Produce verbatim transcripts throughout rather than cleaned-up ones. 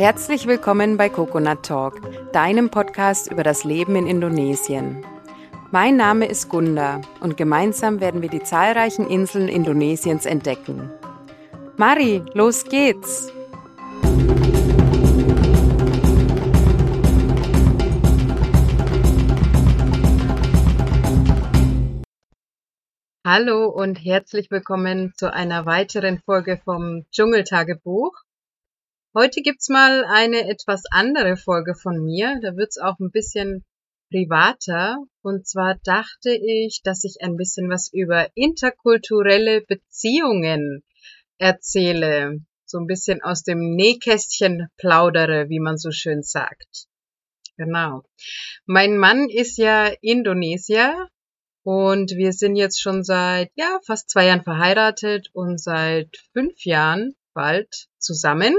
Herzlich willkommen bei Coconut Talk, deinem Podcast über das Leben in Indonesien. Mein Name ist Gunda und gemeinsam werden wir die zahlreichen Inseln Indonesiens entdecken. Mari, los geht's! Hallo und herzlich willkommen zu einer weiteren Folge vom Dschungeltagebuch. Heute gibt's mal eine etwas andere Folge von mir, da wird's auch ein bisschen privater. Und zwar dachte ich, dass ich ein bisschen was über interkulturelle Beziehungen erzähle. So ein bisschen aus dem Nähkästchen plaudere, wie man so schön sagt. Genau. Mein Mann ist ja Indonesier und wir sind jetzt schon seit, ja, fast zwei Jahren verheiratet und seit fünf Jahren bald zusammen.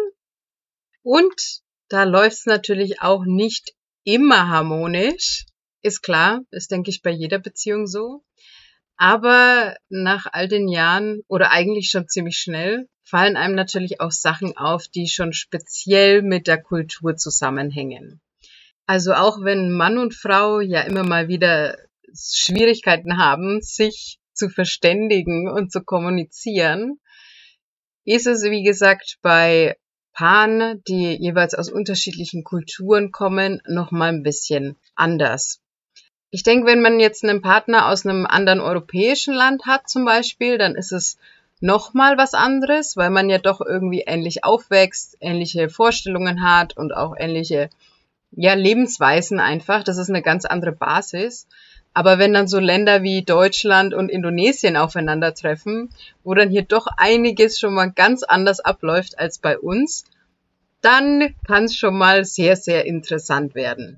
Und da läuft's natürlich auch nicht immer harmonisch. Ist klar, ist, denke ich, bei jeder Beziehung so. Aber nach all den Jahren oder eigentlich schon ziemlich schnell fallen einem natürlich auch Sachen auf, die schon speziell mit der Kultur zusammenhängen. Also auch wenn Mann und Frau ja immer mal wieder Schwierigkeiten haben, sich zu verständigen und zu kommunizieren, ist es, wie gesagt, bei Paaren, die jeweils aus unterschiedlichen Kulturen kommen, noch mal ein bisschen anders. Ich denke, wenn man jetzt einen Partner aus einem anderen europäischen Land hat zum Beispiel, dann ist es noch mal was anderes, weil man ja doch irgendwie ähnlich aufwächst, ähnliche Vorstellungen hat und auch ähnliche, ja, Lebensweisen einfach. Das ist eine ganz andere Basis. Aber wenn dann so Länder wie Deutschland und Indonesien aufeinandertreffen, wo dann hier doch einiges schon mal ganz anders abläuft als bei uns, dann kann es schon mal sehr, sehr interessant werden.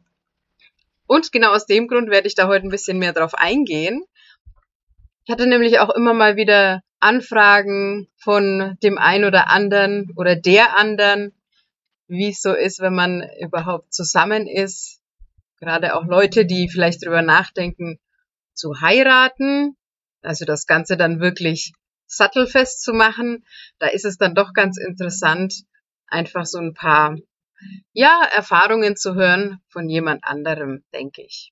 Und genau aus dem Grund werde ich da heute ein bisschen mehr drauf eingehen. Ich hatte nämlich auch immer mal wieder Anfragen von dem einen oder anderen oder der anderen, wie es so ist, wenn man überhaupt zusammen ist. Gerade auch Leute, die vielleicht drüber nachdenken, zu heiraten, also das Ganze dann wirklich sattelfest zu machen. Da ist es dann doch ganz interessant, einfach so ein paar, ja, Erfahrungen zu hören von jemand anderem, denke ich.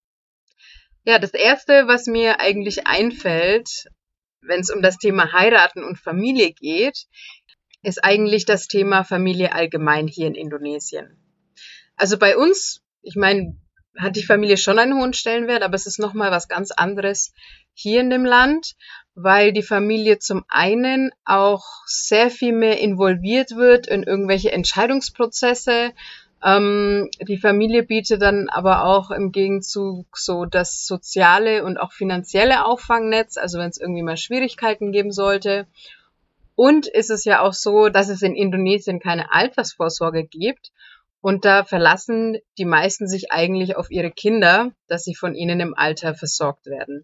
Ja, das Erste, was mir eigentlich einfällt, wenn es um das Thema Heiraten und Familie geht, ist eigentlich das Thema Familie allgemein hier in Indonesien. Also bei uns, ich meine, hat die Familie schon einen hohen Stellenwert, aber es ist nochmal was ganz anderes hier in dem Land, weil die Familie zum einen auch sehr viel mehr involviert wird in irgendwelche Entscheidungsprozesse. Ähm, die Familie bietet dann aber auch im Gegenzug so das soziale und auch finanzielle Auffangnetz, also wenn es irgendwie mal Schwierigkeiten geben sollte. Und ist es ja auch so, dass es in Indonesien keine Altersvorsorge gibt. Und da verlassen die meisten sich eigentlich auf ihre Kinder, dass sie von ihnen im Alter versorgt werden.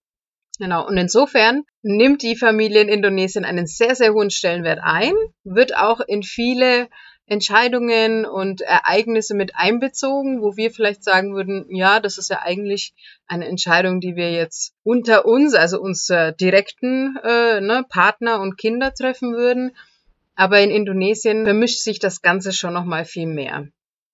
Genau. Und insofern nimmt die Familie in Indonesien einen sehr, sehr hohen Stellenwert ein, wird auch in viele Entscheidungen und Ereignisse mit einbezogen, wo wir vielleicht sagen würden, ja, das ist ja eigentlich eine Entscheidung, die wir jetzt unter uns, also unsere direkten äh, ne, Partner und Kinder treffen würden. Aber in Indonesien vermischt sich das Ganze schon noch mal viel mehr.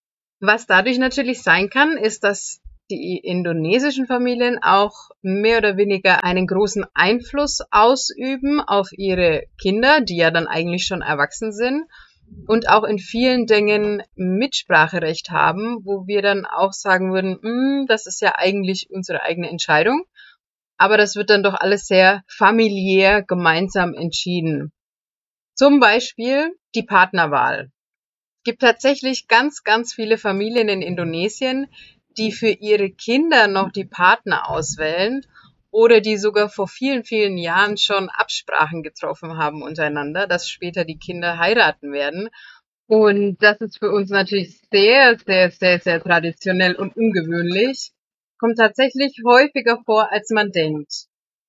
Was dadurch natürlich sein kann, ist, dass die indonesischen Familien auch mehr oder weniger einen großen Einfluss ausüben auf ihre Kinder, die ja dann eigentlich schon erwachsen sind und auch in vielen Dingen Mitspracherecht haben, wo wir dann auch sagen würden, das ist ja eigentlich unsere eigene Entscheidung, aber das wird dann doch alles sehr familiär gemeinsam entschieden. Zum Beispiel die Partnerwahl. Es gibt tatsächlich ganz, ganz viele Familien in Indonesien, die für ihre Kinder noch die Partner auswählen oder die sogar vor vielen, vielen Jahren schon Absprachen getroffen haben untereinander, dass später die Kinder heiraten werden. Und das ist für uns natürlich sehr, sehr, sehr, sehr traditionell und ungewöhnlich. Kommt tatsächlich häufiger vor, als man denkt.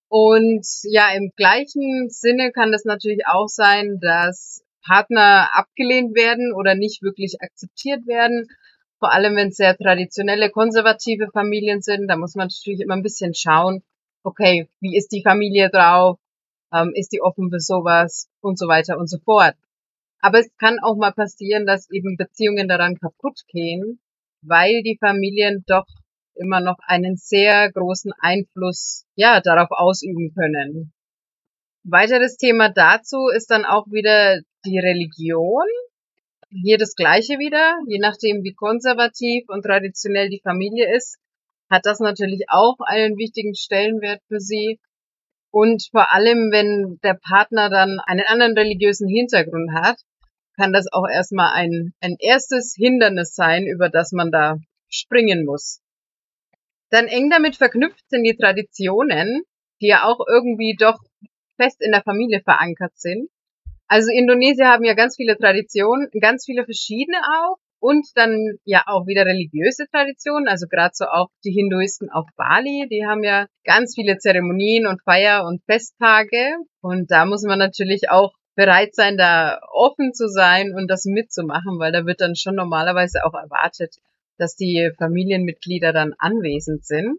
Und ja, im gleichen Sinne kann das natürlich auch sein, dass Partner abgelehnt werden oder nicht wirklich akzeptiert werden. Vor allem, wenn es sehr traditionelle, konservative Familien sind, da muss man natürlich immer ein bisschen schauen, okay, wie ist die Familie drauf, ähm, ist die offen für sowas und so weiter und so fort. Aber es kann auch mal passieren, dass eben Beziehungen daran kaputt gehen, weil die Familien doch immer noch einen sehr großen Einfluss, ja, darauf ausüben können. Weiteres Thema dazu ist dann auch wieder die Religion. Hier das Gleiche wieder, je nachdem wie konservativ und traditionell die Familie ist, hat das natürlich auch einen wichtigen Stellenwert für sie. Und vor allem, wenn der Partner dann einen anderen religiösen Hintergrund hat, kann das auch erstmal ein, ein erstes Hindernis sein, über das man da springen muss. Dann eng damit verknüpft sind die Traditionen, die ja auch irgendwie doch fest in der Familie verankert sind. Also Indonesier haben ja ganz viele Traditionen, ganz viele verschiedene auch und dann ja auch wieder religiöse Traditionen, also gerade so auch die Hinduisten auf Bali, die haben ja ganz viele Zeremonien und Feier- und Festtage und da muss man natürlich auch bereit sein, da offen zu sein und das mitzumachen, weil da wird dann schon normalerweise auch erwartet, dass die Familienmitglieder dann anwesend sind.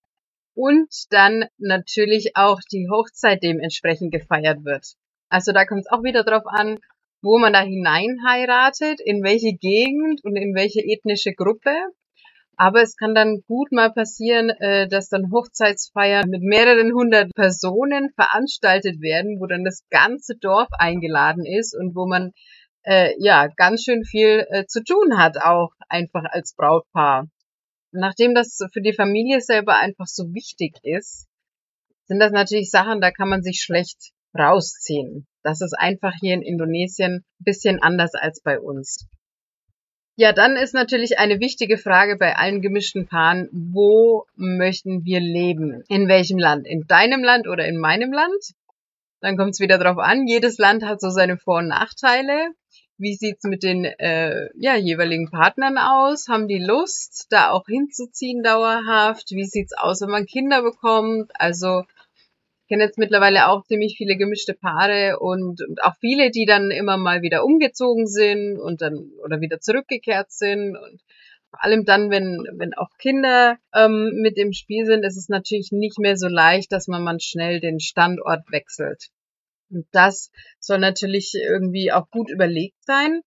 Und dann natürlich auch die Hochzeit dementsprechend gefeiert wird. Also da kommt es auch wieder drauf an, wo man da hinein heiratet, in welche Gegend und in welche ethnische Gruppe. Aber es kann dann gut mal passieren, äh, dass dann Hochzeitsfeiern mit mehreren hundert Personen veranstaltet werden, wo dann das ganze Dorf eingeladen ist und wo man äh, ja ganz schön viel äh, zu tun hat, auch einfach als Brautpaar. Nachdem das für die Familie selber einfach so wichtig ist, sind das natürlich Sachen, da kann man sich schlecht rausziehen. Das ist einfach hier in Indonesien ein bisschen anders als bei uns. Ja, dann ist natürlich eine wichtige Frage bei allen gemischten Paaren, wo möchten wir leben? In welchem Land? In deinem Land oder in meinem Land? Dann kommt es wieder drauf an. Jedes Land hat so seine Vor- und Nachteile. Wie sieht's mit den äh, ja, jeweiligen Partnern aus? Haben die Lust, da auch hinzuziehen dauerhaft? Wie sieht's aus, wenn man Kinder bekommt? Also ich kenne jetzt mittlerweile auch ziemlich viele gemischte Paare und, und auch viele, die dann immer mal wieder umgezogen sind und dann oder wieder zurückgekehrt sind. Und vor allem dann, wenn, wenn auch Kinder ähm, mit im Spiel sind, ist es natürlich nicht mehr so leicht, dass man mal schnell den Standort wechselt. Und das soll natürlich irgendwie auch gut überlegt sein,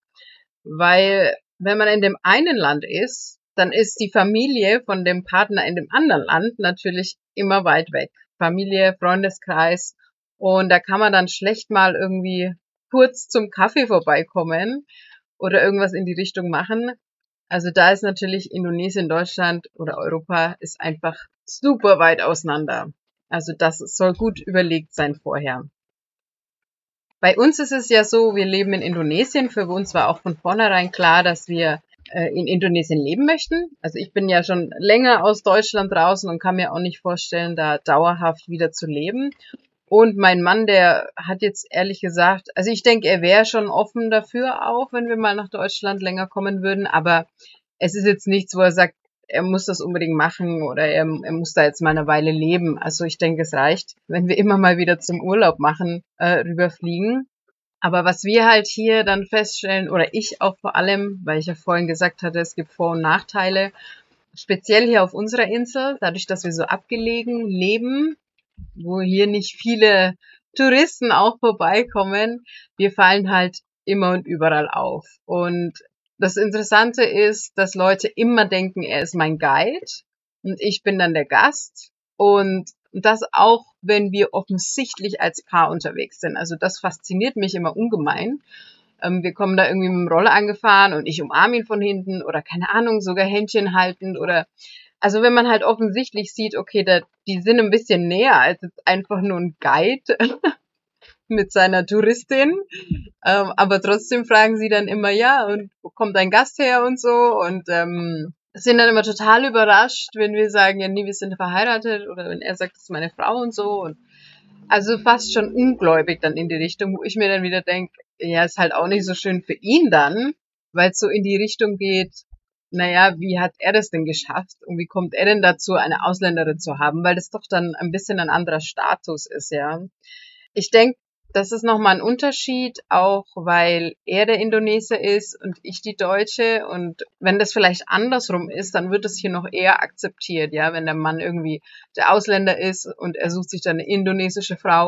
weil wenn man in dem einen Land ist, dann ist die Familie von dem Partner in dem anderen Land natürlich immer weit weg. Familie, Freundeskreis. Und da kann man dann schlecht mal irgendwie kurz zum Kaffee vorbeikommen oder irgendwas in die Richtung machen. Also da ist natürlich Indonesien, Deutschland oder Europa ist einfach super weit auseinander. Also das soll gut überlegt sein vorher. Bei uns ist es ja so, wir leben in Indonesien. Für uns war auch von vornherein klar, dass wir äh, in Indonesien leben möchten. Also ich bin ja schon länger aus Deutschland draußen und kann mir auch nicht vorstellen, da dauerhaft wieder zu leben. Und mein Mann, der hat jetzt ehrlich gesagt, also ich denke, er wäre schon offen dafür auch, wenn wir mal nach Deutschland länger kommen würden. Aber es ist jetzt nichts, wo er sagt, er muss das unbedingt machen oder er, er muss da jetzt mal eine Weile leben. Also ich denke, es reicht, wenn wir immer mal wieder zum Urlaub machen, äh, rüberfliegen. Aber was wir halt hier dann feststellen, oder ich auch vor allem, weil ich ja vorhin gesagt hatte, es gibt Vor- und Nachteile, speziell hier auf unserer Insel, dadurch, dass wir so abgelegen leben, wo hier nicht viele Touristen auch vorbeikommen, wir fallen halt immer und überall auf. Und das Interessante ist, dass Leute immer denken, er ist mein Guide und ich bin dann der Gast. Und das auch, wenn wir offensichtlich als Paar unterwegs sind. Also das fasziniert mich immer ungemein. Ähm, wir kommen da irgendwie mit dem Roller angefahren und ich umarme ihn von hinten oder keine Ahnung, sogar Händchen haltend oder also wenn man halt offensichtlich sieht, okay, da, die sind ein bisschen näher als jetzt einfach nur ein Guide mit seiner Touristin, ähm, aber trotzdem fragen sie dann immer, ja, und wo kommt dein Gast her und so und ähm, sind dann immer total überrascht, wenn wir sagen, ja, nee, wir sind verheiratet oder wenn er sagt, das ist meine Frau und so und also fast schon ungläubig dann in die Richtung, wo ich mir dann wieder denke, ja, ist halt auch nicht so schön für ihn dann, weil es so in die Richtung geht, naja, wie hat er das denn geschafft und wie kommt er denn dazu, eine Ausländerin zu haben, weil das doch dann ein bisschen ein anderer Status ist, ja. Ich denke, das ist nochmal ein Unterschied, auch weil er der Indoneser ist und ich die Deutsche. Und wenn das vielleicht andersrum ist, dann wird es hier noch eher akzeptiert, ja, wenn der Mann irgendwie der Ausländer ist und er sucht sich dann eine indonesische Frau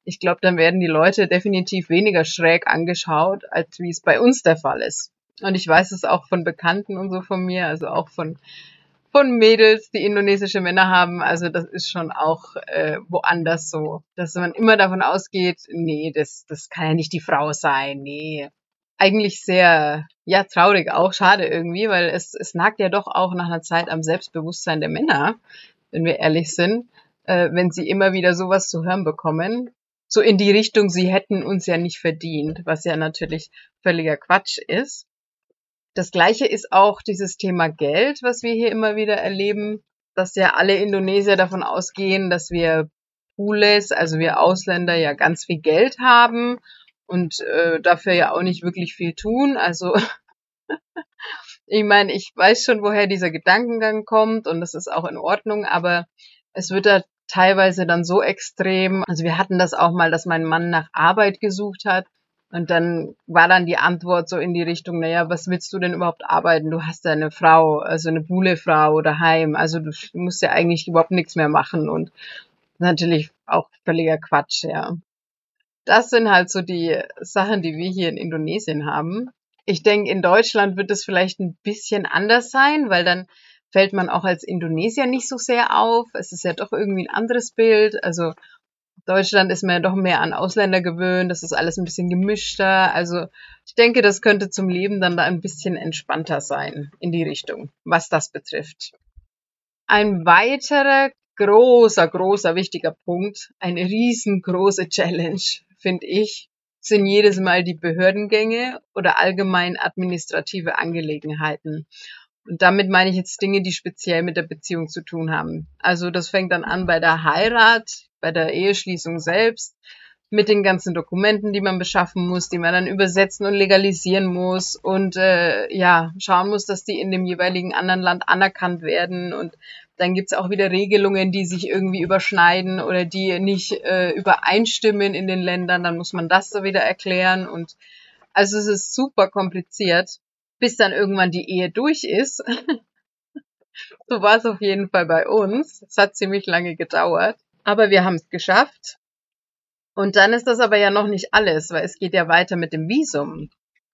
ich glaube, dann werden die Leute definitiv weniger schräg angeschaut, als wie es bei uns der Fall ist. Und ich weiß es auch von Bekannten und so von mir, also auch von von Mädels, die indonesische Männer haben. Also das ist schon auch äh, woanders so, dass man immer davon ausgeht, nee, das, das kann ja nicht die Frau sein, nee. Eigentlich sehr, ja, traurig auch, schade irgendwie, weil es, es nagt ja doch auch nach einer Zeit am Selbstbewusstsein der Männer, wenn wir ehrlich sind, äh, wenn sie immer wieder sowas zu hören bekommen. So in die Richtung, sie hätten uns ja nicht verdient, was ja natürlich völliger Quatsch ist. Das Gleiche ist auch dieses Thema Geld, was wir hier immer wieder erleben, dass ja alle Indonesier davon ausgehen, dass wir Pules, also wir Ausländer, ja ganz viel Geld haben und äh, dafür ja auch nicht wirklich viel tun. Also ich meine, ich weiß schon, woher dieser Gedankengang kommt und das ist auch in Ordnung, aber es wird da teilweise dann so extrem. Also wir hatten das auch mal, dass mein Mann nach Arbeit gesucht hat und dann war dann die Antwort so in die Richtung, naja, was willst du denn überhaupt arbeiten? Du hast ja eine Frau, also eine Bule-Frau daheim, also du musst ja eigentlich überhaupt nichts mehr machen und natürlich auch völliger Quatsch, ja. Das sind halt so die Sachen, die wir hier in Indonesien haben. Ich denke, in Deutschland wird es vielleicht ein bisschen anders sein, weil dann fällt man auch als Indonesier nicht so sehr auf. Es ist ja doch irgendwie ein anderes Bild. Also Deutschland ist man ja doch mehr an Ausländer gewöhnt. Das ist alles ein bisschen gemischter. Also ich denke, das könnte zum Leben dann da ein bisschen entspannter sein in die Richtung, was das betrifft. Ein weiterer großer, großer, wichtiger Punkt, eine riesengroße Challenge, finde ich, sind jedes Mal die Behördengänge oder allgemein administrative Angelegenheiten. Und damit meine ich jetzt Dinge, die speziell mit der Beziehung zu tun haben. Also das fängt dann an bei der Heirat, bei der Eheschließung selbst, mit den ganzen Dokumenten, die man beschaffen muss, die man dann übersetzen und legalisieren muss und äh, ja, schauen muss, dass die in dem jeweiligen anderen Land anerkannt werden. Und dann gibt's auch wieder Regelungen, die sich irgendwie überschneiden oder die nicht äh, übereinstimmen in den Ländern. Dann muss man das so wieder erklären. Und also es ist super kompliziert, bis dann irgendwann die Ehe durch ist. So war es auf jeden Fall bei uns. Es hat ziemlich lange gedauert, aber wir haben es geschafft. Und dann ist das aber ja noch nicht alles, weil es geht ja weiter mit dem Visum.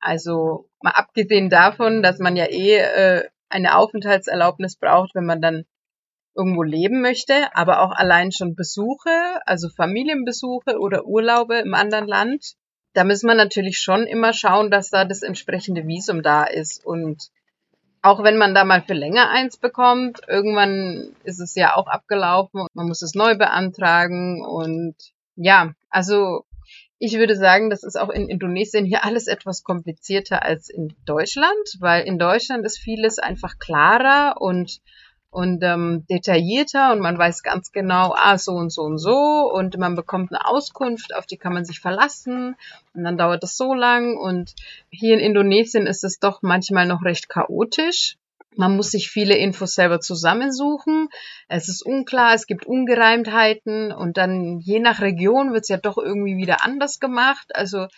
Also mal abgesehen davon, dass man ja eh äh, eine Aufenthaltserlaubnis braucht, wenn man dann irgendwo leben möchte, aber auch allein schon Besuche, also Familienbesuche oder Urlaube im anderen Land. Da muss man natürlich schon immer schauen, dass da das entsprechende Visum da ist. Und auch wenn man da mal für länger eins bekommt, irgendwann ist es ja auch abgelaufen und man muss es neu beantragen. Und ja, also ich würde sagen, das ist auch in Indonesien hier alles etwas komplizierter als in Deutschland, weil in Deutschland ist vieles einfach klarer und und ähm, detaillierter und man weiß ganz genau, ah, so und so und so und man bekommt eine Auskunft, auf die kann man sich verlassen und dann dauert das so lang und hier in Indonesien ist es doch manchmal noch recht chaotisch. Man muss sich viele Infos selber zusammensuchen. Es ist unklar, es gibt Ungereimtheiten und dann je nach Region wird es ja doch irgendwie wieder anders gemacht. Also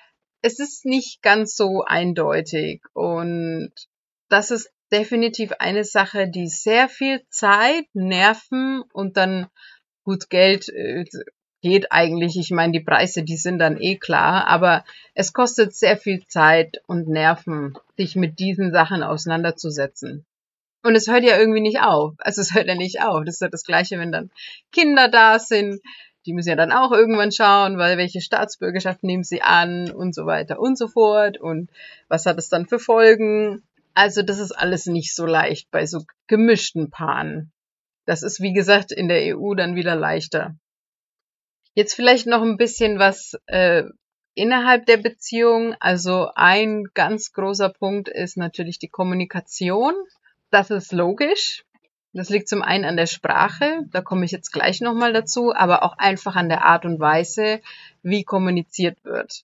es ist nicht ganz so eindeutig und das ist definitiv eine Sache, die sehr viel Zeit, Nerven und dann gut Geld äh, geht eigentlich. Ich meine, die Preise, die sind dann eh klar, aber es kostet sehr viel Zeit und Nerven, sich mit diesen Sachen auseinanderzusetzen. Und es hört ja irgendwie nicht auf. Also es hört ja nicht auf. Das ist ja das Gleiche, wenn dann Kinder da sind. Die müssen ja dann auch irgendwann schauen, weil welche Staatsbürgerschaft nehmen sie an und so weiter und so fort. Und was hat es dann für Folgen? Also das ist alles nicht so leicht bei so gemischten Paaren. Das ist, wie gesagt, in der E U dann wieder leichter. Jetzt vielleicht noch ein bisschen was äh, innerhalb der Beziehung. Also ein ganz großer Punkt ist natürlich die Kommunikation. Das ist logisch. Das liegt zum einen an der Sprache, da komme ich jetzt gleich nochmal dazu, aber auch einfach an der Art und Weise, wie kommuniziert wird.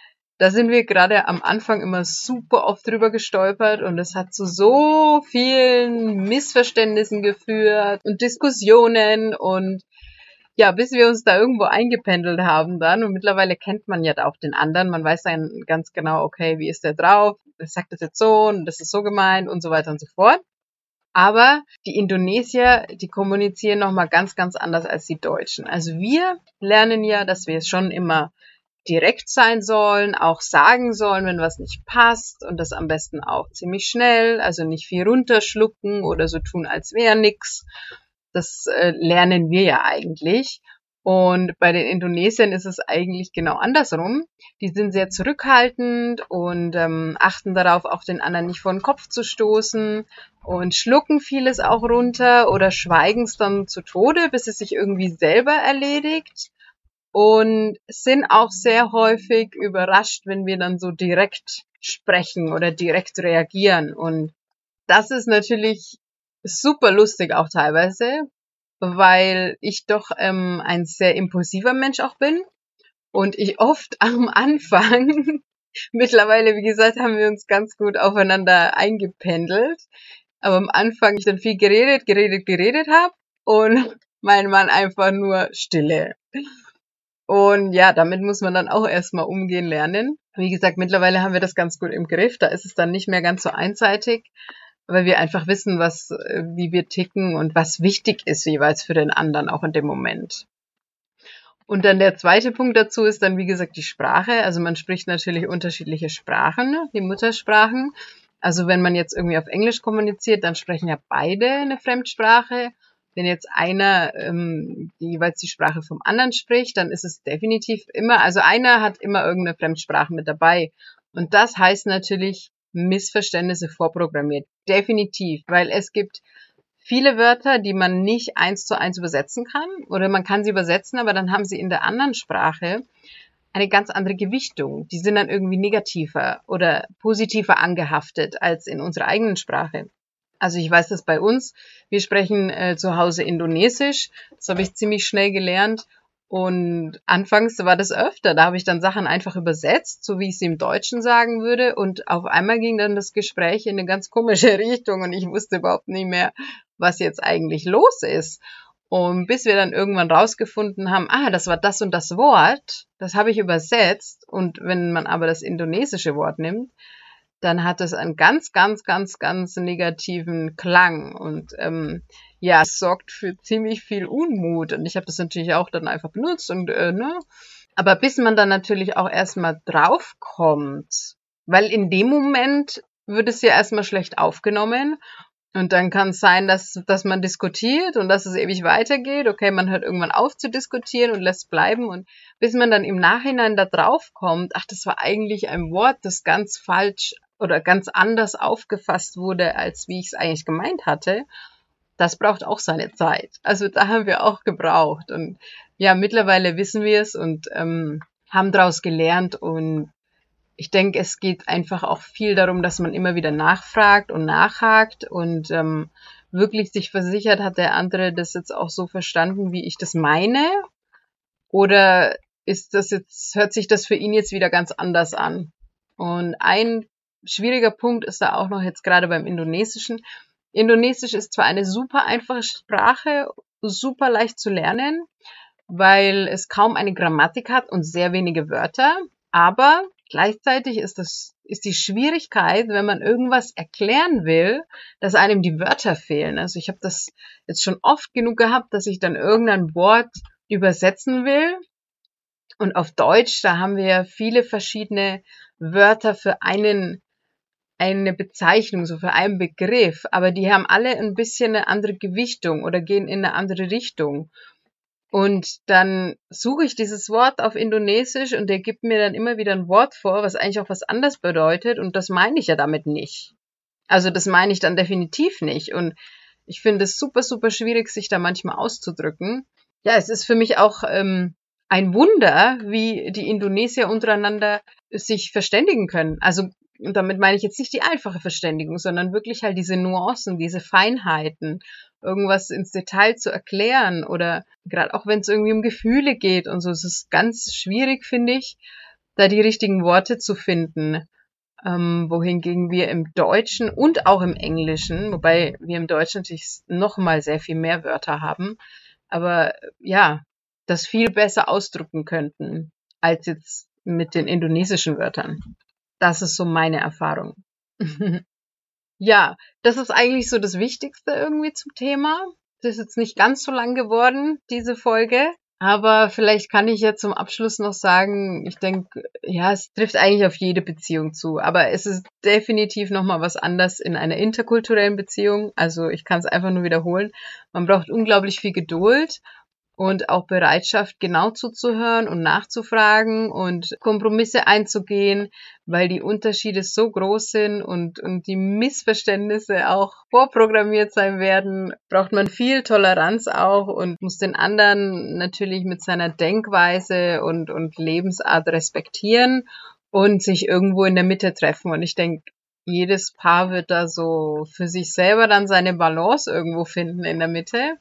Da sind wir gerade am Anfang immer super oft drüber gestolpert und es hat zu so vielen Missverständnissen geführt und Diskussionen und ja, bis wir uns da irgendwo eingependelt haben dann und mittlerweile kennt man ja auch den anderen, man weiß dann ganz genau, okay, wie ist der drauf, das sagt das jetzt so und das ist so gemeint und so weiter und so fort. Aber die Indonesier, die kommunizieren nochmal ganz, ganz anders als die Deutschen. Also wir lernen ja, dass wir es schon immer direkt sein sollen, auch sagen sollen, wenn was nicht passt und das am besten auch ziemlich schnell, also nicht viel runterschlucken oder so tun, als wäre nix. Das äh, lernen wir ja eigentlich. Und bei den Indonesiern ist es eigentlich genau andersrum. Die sind sehr zurückhaltend und ähm, achten darauf, auch den anderen nicht vor den Kopf zu stoßen und schlucken vieles auch runter oder schweigen es dann zu Tode, bis es sich irgendwie selber erledigt. Und sind auch sehr häufig überrascht, wenn wir dann so direkt sprechen oder direkt reagieren. Und das ist natürlich super lustig auch teilweise, weil ich doch ähm, ein sehr impulsiver Mensch auch bin und ich oft am Anfang, mittlerweile, wie gesagt, haben wir uns ganz gut aufeinander eingependelt, aber am Anfang ich dann viel geredet, geredet, geredet habe und mein Mann einfach nur Stille. Und ja, damit muss man dann auch erstmal umgehen lernen. Wie gesagt, mittlerweile haben wir das ganz gut im Griff. Da ist es dann nicht mehr ganz so einseitig, weil wir einfach wissen, was, äh, wie wir ticken und was wichtig ist jeweils für den anderen auch in dem Moment. Und dann der zweite Punkt dazu ist dann, wie gesagt, die Sprache. Also man spricht natürlich unterschiedliche Sprachen, ne? Die Muttersprachen. Also wenn man jetzt irgendwie auf Englisch kommuniziert, dann sprechen ja beide eine Fremdsprache. Wenn jetzt einer ähm, jeweils die Sprache vom anderen spricht, dann ist es definitiv immer, also einer hat immer irgendeine Fremdsprache mit dabei. Und das heißt natürlich Missverständnisse vorprogrammiert. Definitiv, weil es gibt viele Wörter, die man nicht eins zu eins übersetzen kann, oder man kann sie übersetzen, aber dann haben sie in der anderen Sprache eine ganz andere Gewichtung. Die sind dann irgendwie negativer oder positiver angehaftet als in unserer eigenen Sprache. Also ich weiß das bei uns. Wir sprechen äh, zu Hause Indonesisch. Das habe ich ziemlich schnell gelernt. Und anfangs war das öfter. Da habe ich dann Sachen einfach übersetzt, so wie ich sie im Deutschen sagen würde. Und auf einmal ging dann das Gespräch in eine ganz komische Richtung und ich wusste überhaupt nicht mehr, was jetzt eigentlich los ist. Und bis wir dann irgendwann rausgefunden haben, ah, das war das und das Wort, das habe ich übersetzt. Und wenn man aber das indonesische Wort nimmt, dann hat es einen ganz, ganz, ganz, ganz negativen Klang. Und ähm, ja, es sorgt für ziemlich viel Unmut. Und ich habe das natürlich auch dann einfach benutzt. Und äh, ne, aber bis man dann natürlich auch erstmal draufkommt, weil in dem Moment wird es ja erstmal schlecht aufgenommen. Und dann kann es sein, dass, dass man diskutiert und dass es ewig weitergeht. Okay, man hört irgendwann auf zu diskutieren und lässt bleiben. Und bis man dann im Nachhinein da drauf kommt, ach, das war eigentlich ein Wort, das ganz falsch oder ganz anders aufgefasst wurde, als wie ich es eigentlich gemeint hatte, das braucht auch seine Zeit. Also da haben wir auch gebraucht. Und ja, mittlerweile wissen wir es und ähm, haben daraus gelernt. Und ich denke, es geht einfach auch viel darum, dass man immer wieder nachfragt und nachhakt und ähm, wirklich sich versichert, hat der andere das jetzt auch so verstanden, wie ich das meine? Oder ist das jetzt, hört sich das für ihn jetzt wieder ganz anders an? Und ein schwieriger Punkt ist da auch noch jetzt gerade beim Indonesischen. Indonesisch ist zwar eine super einfache Sprache, super leicht zu lernen, weil es kaum eine Grammatik hat und sehr wenige Wörter, aber gleichzeitig ist das, ist die Schwierigkeit, wenn man irgendwas erklären will, dass einem die Wörter fehlen. Also ich habe das jetzt schon oft genug gehabt, dass ich dann irgendein Wort übersetzen will. Und auf Deutsch, da haben wir ja viele verschiedene Wörter für einen, eine Bezeichnung, so für einen Begriff. Aber die haben alle ein bisschen eine andere Gewichtung oder gehen in eine andere Richtung. Und dann suche ich dieses Wort auf Indonesisch und der gibt mir dann immer wieder ein Wort vor, was eigentlich auch was anderes bedeutet. Und das meine ich ja damit nicht. Also das meine ich dann definitiv nicht. Und ich finde es super, super schwierig, sich da manchmal auszudrücken. Ja, es ist für mich auch ähm, ein Wunder, wie die Indonesier untereinander sich verständigen können. Also, und damit meine ich jetzt nicht die einfache Verständigung, sondern wirklich halt diese Nuancen, diese Feinheiten, irgendwas ins Detail zu erklären oder gerade auch wenn es irgendwie um Gefühle geht und so, es ist ganz schwierig, finde ich, da die richtigen Worte zu finden. Ähm, wohingegen wir im Deutschen und auch im Englischen, wobei wir im Deutschen natürlich noch mal sehr viel mehr Wörter haben, aber ja, das viel besser ausdrücken könnten als jetzt mit den indonesischen Wörtern. Das ist so meine Erfahrung. Ja, das ist eigentlich so das Wichtigste irgendwie zum Thema. Das ist jetzt nicht ganz so lang geworden, diese Folge. Aber vielleicht kann ich jetzt zum Abschluss noch sagen, ich denke, ja, es trifft eigentlich auf jede Beziehung zu. Aber es ist definitiv nochmal was anderes in einer interkulturellen Beziehung. Also ich kann es einfach nur wiederholen. Man braucht unglaublich viel Geduld und auch Bereitschaft, genau zuzuhören und nachzufragen und Kompromisse einzugehen, weil die Unterschiede so groß sind und, und die Missverständnisse auch vorprogrammiert sein werden, braucht man viel Toleranz auch und muss den anderen natürlich mit seiner Denkweise und, und Lebensart respektieren und sich irgendwo in der Mitte treffen. Und ich denke, jedes Paar wird da so für sich selber dann seine Balance irgendwo finden in der Mitte.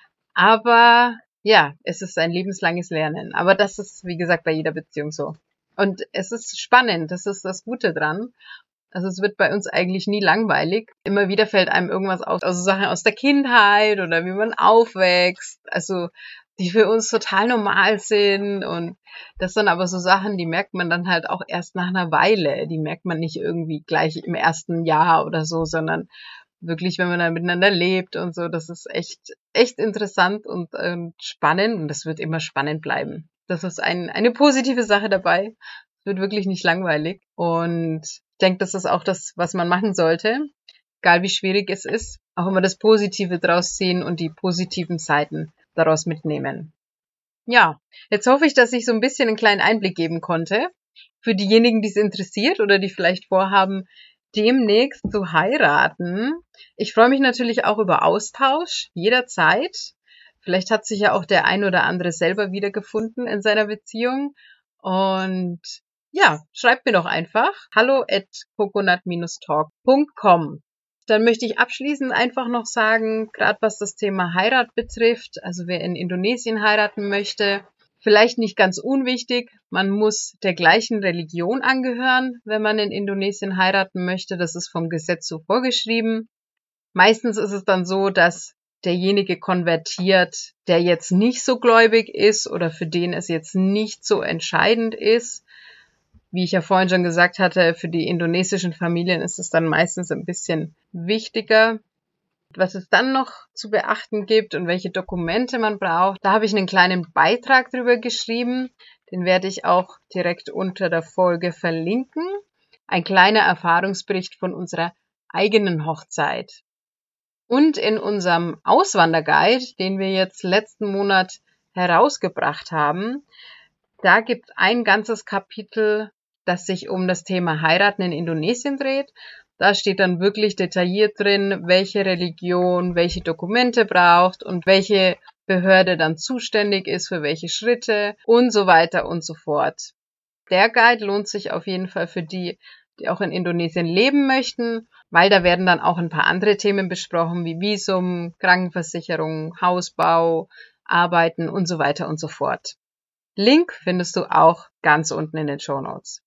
Aber ja, es ist ein lebenslanges Lernen. Aber das ist, wie gesagt, bei jeder Beziehung so. Und es ist spannend, das ist das Gute dran. Also es wird bei uns eigentlich nie langweilig. Immer wieder fällt einem irgendwas auf, also Sachen aus der Kindheit oder wie man aufwächst, also die für uns total normal sind. Und das sind aber so Sachen, die merkt man dann halt auch erst nach einer Weile. Die merkt man nicht irgendwie gleich im ersten Jahr oder so, sondern wirklich, wenn man dann miteinander lebt und so, das ist echt, echt interessant und ähm, spannend und das wird immer spannend bleiben. Das ist ein, eine positive Sache dabei. Es wird wirklich nicht langweilig und ich denke, das ist auch das, was man machen sollte, egal wie schwierig es ist, auch immer das Positive draus ziehen und die positiven Seiten daraus mitnehmen. Ja, jetzt hoffe ich, dass ich so ein bisschen einen kleinen Einblick geben konnte für diejenigen, die es interessiert oder die vielleicht vorhaben, demnächst zu heiraten. Ich freue mich natürlich auch über Austausch jederzeit. Vielleicht hat sich ja auch der ein oder andere selber wiedergefunden in seiner Beziehung. Und ja, schreibt mir doch einfach hallo at coconut dash talk punkt com. Dann möchte ich abschließend einfach noch sagen, gerade was das Thema Heirat betrifft, also wer in Indonesien heiraten möchte, vielleicht nicht ganz unwichtig, man muss der gleichen Religion angehören, wenn man in Indonesien heiraten möchte. Das ist vom Gesetz so vorgeschrieben. Meistens ist es dann so, dass derjenige konvertiert, der jetzt nicht so gläubig ist oder für den es jetzt nicht so entscheidend ist. Wie ich ja vorhin schon gesagt hatte, für die indonesischen Familien ist es dann meistens ein bisschen wichtiger. Was es dann noch zu beachten gibt und welche Dokumente man braucht, da habe ich einen kleinen Beitrag drüber geschrieben. Den werde ich auch direkt unter der Folge verlinken. Ein kleiner Erfahrungsbericht von unserer eigenen Hochzeit. Und in unserem Auswanderguide, den wir jetzt letzten Monat herausgebracht haben, da gibt es ein ganzes Kapitel, das sich um das Thema Heiraten in Indonesien dreht. Da steht dann wirklich detailliert drin, welche Religion welche Dokumente braucht und welche Behörde dann zuständig ist für welche Schritte und so weiter und so fort. Der Guide lohnt sich auf jeden Fall für die, die auch in Indonesien leben möchten, weil da werden dann auch ein paar andere Themen besprochen, wie Visum, Krankenversicherung, Hausbau, Arbeiten und so weiter und so fort. Link findest du auch ganz unten in den Shownotes.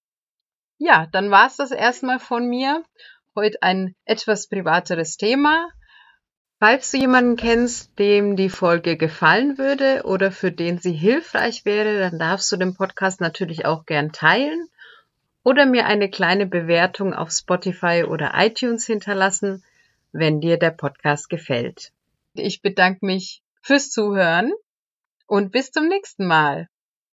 Ja, dann war es das erstmal von mir. Heute ein etwas privateres Thema. Falls du jemanden kennst, dem die Folge gefallen würde oder für den sie hilfreich wäre, dann darfst du den Podcast natürlich auch gern teilen oder mir eine kleine Bewertung auf Spotify oder iTunes hinterlassen, wenn dir der Podcast gefällt. Ich bedanke mich fürs Zuhören und bis zum nächsten Mal.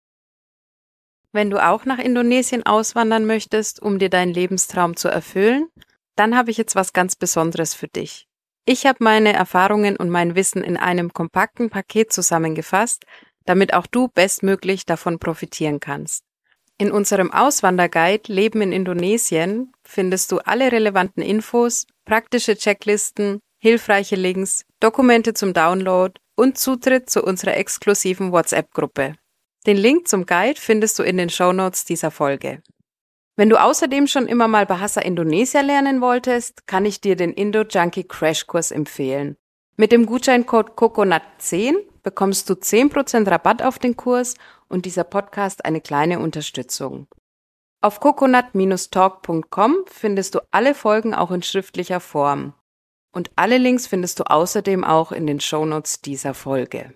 Wenn du auch nach Indonesien auswandern möchtest, um dir deinen Lebenstraum zu erfüllen, dann habe ich jetzt was ganz Besonderes für dich. Ich habe meine Erfahrungen und mein Wissen in einem kompakten Paket zusammengefasst, damit auch du bestmöglich davon profitieren kannst. In unserem Auswanderguide Leben in Indonesien findest du alle relevanten Infos, praktische Checklisten, hilfreiche Links, Dokumente zum Download und Zutritt zu unserer exklusiven WhatsApp-Gruppe. Den Link zum Guide findest du in den Shownotes dieser Folge. Wenn du außerdem schon immer mal Bahasa Indonesia lernen wolltest, kann ich dir den Indo-Junkie Crashkurs empfehlen. Mit dem Gutscheincode coconut zehn bekommst du zehn Prozent Rabatt auf den Kurs und dieser Podcast eine kleine Unterstützung. Auf coconut dash talk punkt com findest du alle Folgen auch in schriftlicher Form. Und alle Links findest du außerdem auch in den Shownotes dieser Folge.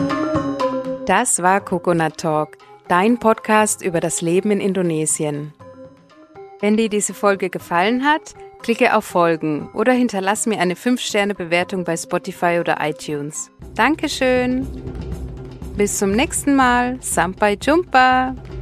Das war Coconut Talk, dein Podcast über das Leben in Indonesien. Wenn dir diese Folge gefallen hat, klicke auf Folgen oder hinterlass mir eine fünf Sterne Bewertung bei Spotify oder iTunes. Dankeschön! Bis zum nächsten Mal. Sampai Jumpa!